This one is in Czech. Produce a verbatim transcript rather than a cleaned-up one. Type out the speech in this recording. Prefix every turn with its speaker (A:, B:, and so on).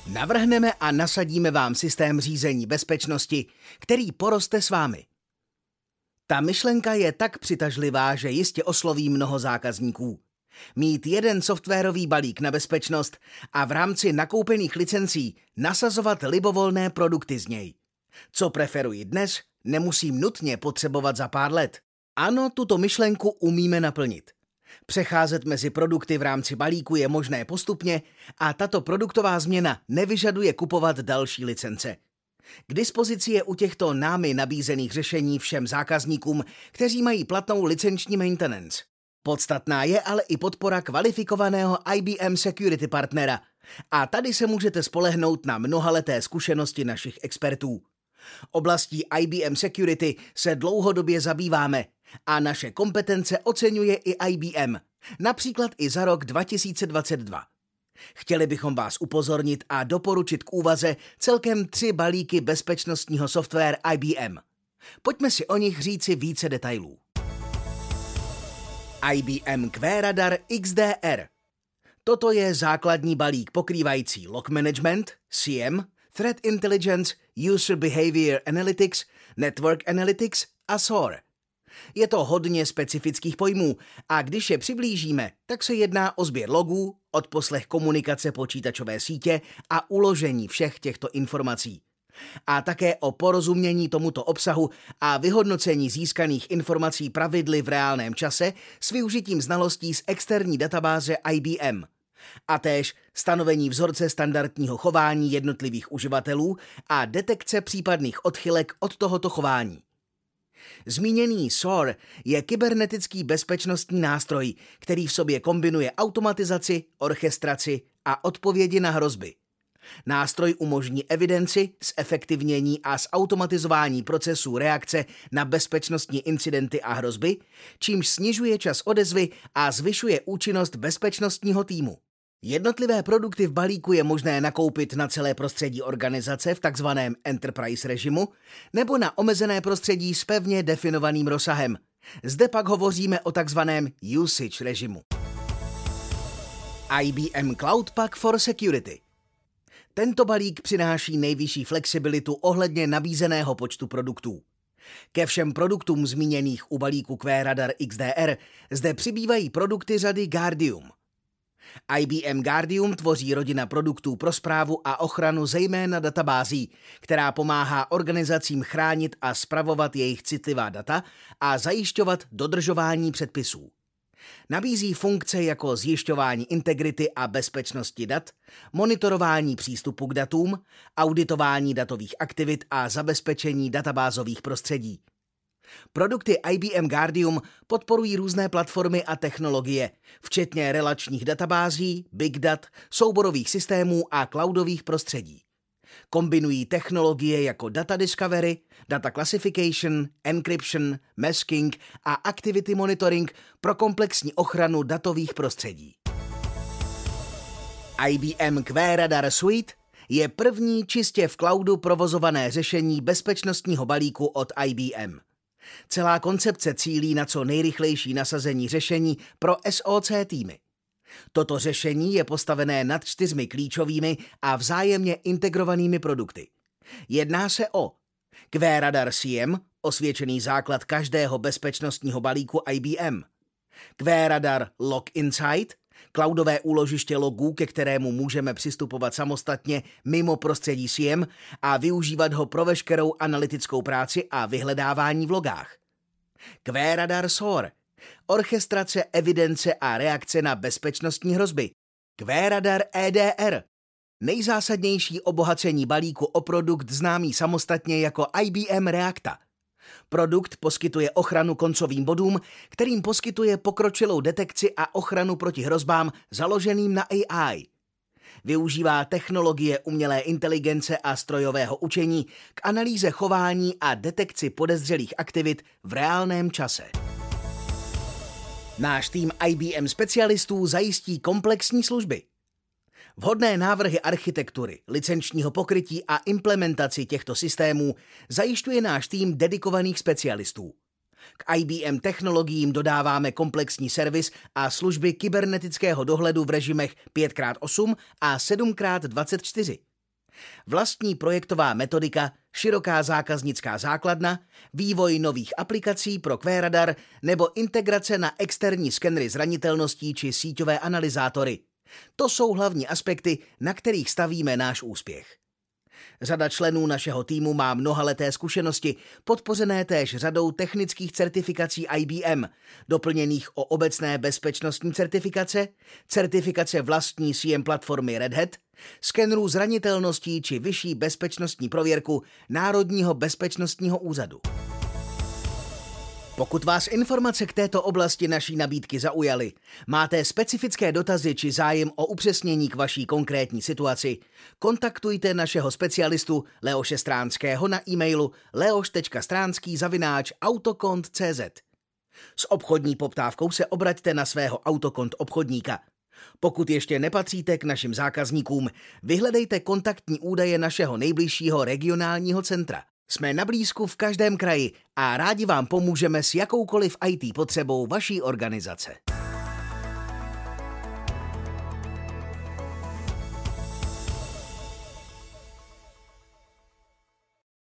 A: Navrhneme a nasadíme vám systém řízení bezpečnosti, který poroste s vámi. Ta myšlenka je tak přitažlivá, že jistě osloví mnoho zákazníků. Mít jeden softwarový balík na bezpečnost a v rámci nakoupených licencí nasazovat libovolné produkty z něj. Co preferuji dnes, nemusím nutně potřebovat za pár let. Ano, tuto myšlenku umíme naplnit. Přecházet mezi produkty v rámci balíku je možné postupně a tato produktová změna nevyžaduje kupovat další licence. K dispozici je u těchto námi nabízených řešení všem zákazníkům, kteří mají platnou licenční maintenance. Podstatná je ale i podpora kvalifikovaného I B M Security partnera a tady se můžete spolehnout na mnohaleté zkušenosti našich expertů. Oblastí I B M Security se dlouhodobě zabýváme a naše kompetence oceňuje i I B M, například i za rok dva tisíce dvacet dva. Chtěli bychom vás upozornit a doporučit k úvaze celkem tři balíky bezpečnostního software I B M. Pojďme si o nich říci více detailů. I B M QRadar X D R. Toto je základní balík pokrývající log management, C M, threat intelligence, user behavior analytics, network analytics a S O R. Je to hodně specifických pojmů a když je přiblížíme, tak se jedná o sběr logů, odposlech komunikace počítačové sítě a uložení všech těchto informací. A také o porozumění tomuto obsahu a vyhodnocení získaných informací pravidly v reálném čase s využitím znalostí z externí databáze I B M. A též stanovení vzorce standardního chování jednotlivých uživatelů a detekce případných odchylek od tohoto chování. Zmíněný S O R je kybernetický bezpečnostní nástroj, který v sobě kombinuje automatizaci, orchestraci a odpovědi na hrozby. Nástroj umožní evidenci, zefektivnění a zautomatizování procesů reakce na bezpečnostní incidenty a hrozby, čímž snižuje čas odezvy a zvyšuje účinnost bezpečnostního týmu. Jednotlivé produkty v balíku je možné nakoupit na celé prostředí organizace v takzvaném enterprise režimu nebo na omezené prostředí s pevně definovaným rozsahem. Zde pak hovoříme o takzvaném usage režimu. I B M Cloud Pak for Security. Tento balík přináší nejvyšší flexibilitu ohledně nabízeného počtu produktů. Ke všem produktům zmíněných u balíku QRadar X D R zde přibývají produkty řady Guardium. I B M Guardium tvoří rodina produktů pro správu a ochranu zejména databází, která pomáhá organizacím chránit a spravovat jejich citlivá data a zajišťovat dodržování předpisů. Nabízí funkce jako zjišťování integrity a bezpečnosti dat, monitorování přístupu k datům, auditování datových aktivit a zabezpečení databázových prostředí. Produkty I B M Guardium podporují různé platformy a technologie, včetně relačních databází, big dat, souborových systémů a cloudových prostředí. Kombinují technologie jako data discovery, data classification, encryption, masking a activity monitoring pro komplexní ochranu datových prostředí. I B M QRadar Suite je první čistě v cloudu provozované řešení bezpečnostního balíku od I B M. Celá koncepce cílí na co nejrychlejší nasazení řešení pro S O C týmy. Toto řešení je postavené nad čtyřmi klíčovými a vzájemně integrovanými produkty. Jedná se o QRadar C M, osvědčený základ každého bezpečnostního balíku I B M. QRadar Log Insight, cloudové úložiště logů, ke kterému můžeme přistupovat samostatně mimo prostředí C M a využívat ho pro veškerou analytickou práci a vyhledávání v logách. QRadar S O R, orchestrace, evidence a reakce na bezpečnostní hrozby. QRadar E D R, nejzásadnější obohacení balíku o produkt známý samostatně jako I B M Reacta. Produkt poskytuje ochranu koncovým bodům, kterým poskytuje pokročilou detekci a ochranu proti hrozbám založeným na A I. Využívá technologie umělé inteligence a strojového učení k analýze chování a detekci podezřelých aktivit v reálném čase. Náš tým I B M specialistů zajistí komplexní služby. Vhodné návrhy architektury, licenčního pokrytí a implementaci těchto systémů zajišťuje náš tým dedikovaných specialistů. K I B M technologiím dodáváme komplexní servis a služby kybernetického dohledu v režimech pět krát osm a sedm krát dvacet čtyři. Vlastní projektová metodika, široká zákaznická základna, vývoj nových aplikací pro QueRadar nebo integrace na externí skenery zranitelností či síťové analyzátory. To jsou hlavní aspekty, na kterých stavíme náš úspěch. Řada členů našeho týmu má mnohaleté zkušenosti, podpořené též řadou technických certifikací I B M, doplněných o obecné bezpečnostní certifikace, certifikace vlastní C M platformy Red Hat, skenerů zranitelností či vyšší bezpečnostní prověrku Národního bezpečnostního úřadu. Pokud vás informace k této oblasti naší nabídky zaujaly, máte specifické dotazy či zájem o upřesnění k vaší konkrétní situaci, kontaktujte našeho specialistu Leoše Stránského na e-mailu leoš tečka stránský zavináč autokont tečka cé zet. S obchodní poptávkou se obraťte na svého Autokont obchodníka. Pokud ještě nepatříte k našim zákazníkům, vyhledejte kontaktní údaje našeho nejbližšího regionálního centra. Jsme na blízku v každém kraji a rádi vám pomůžeme s jakoukoliv í té potřebou vaší organizace.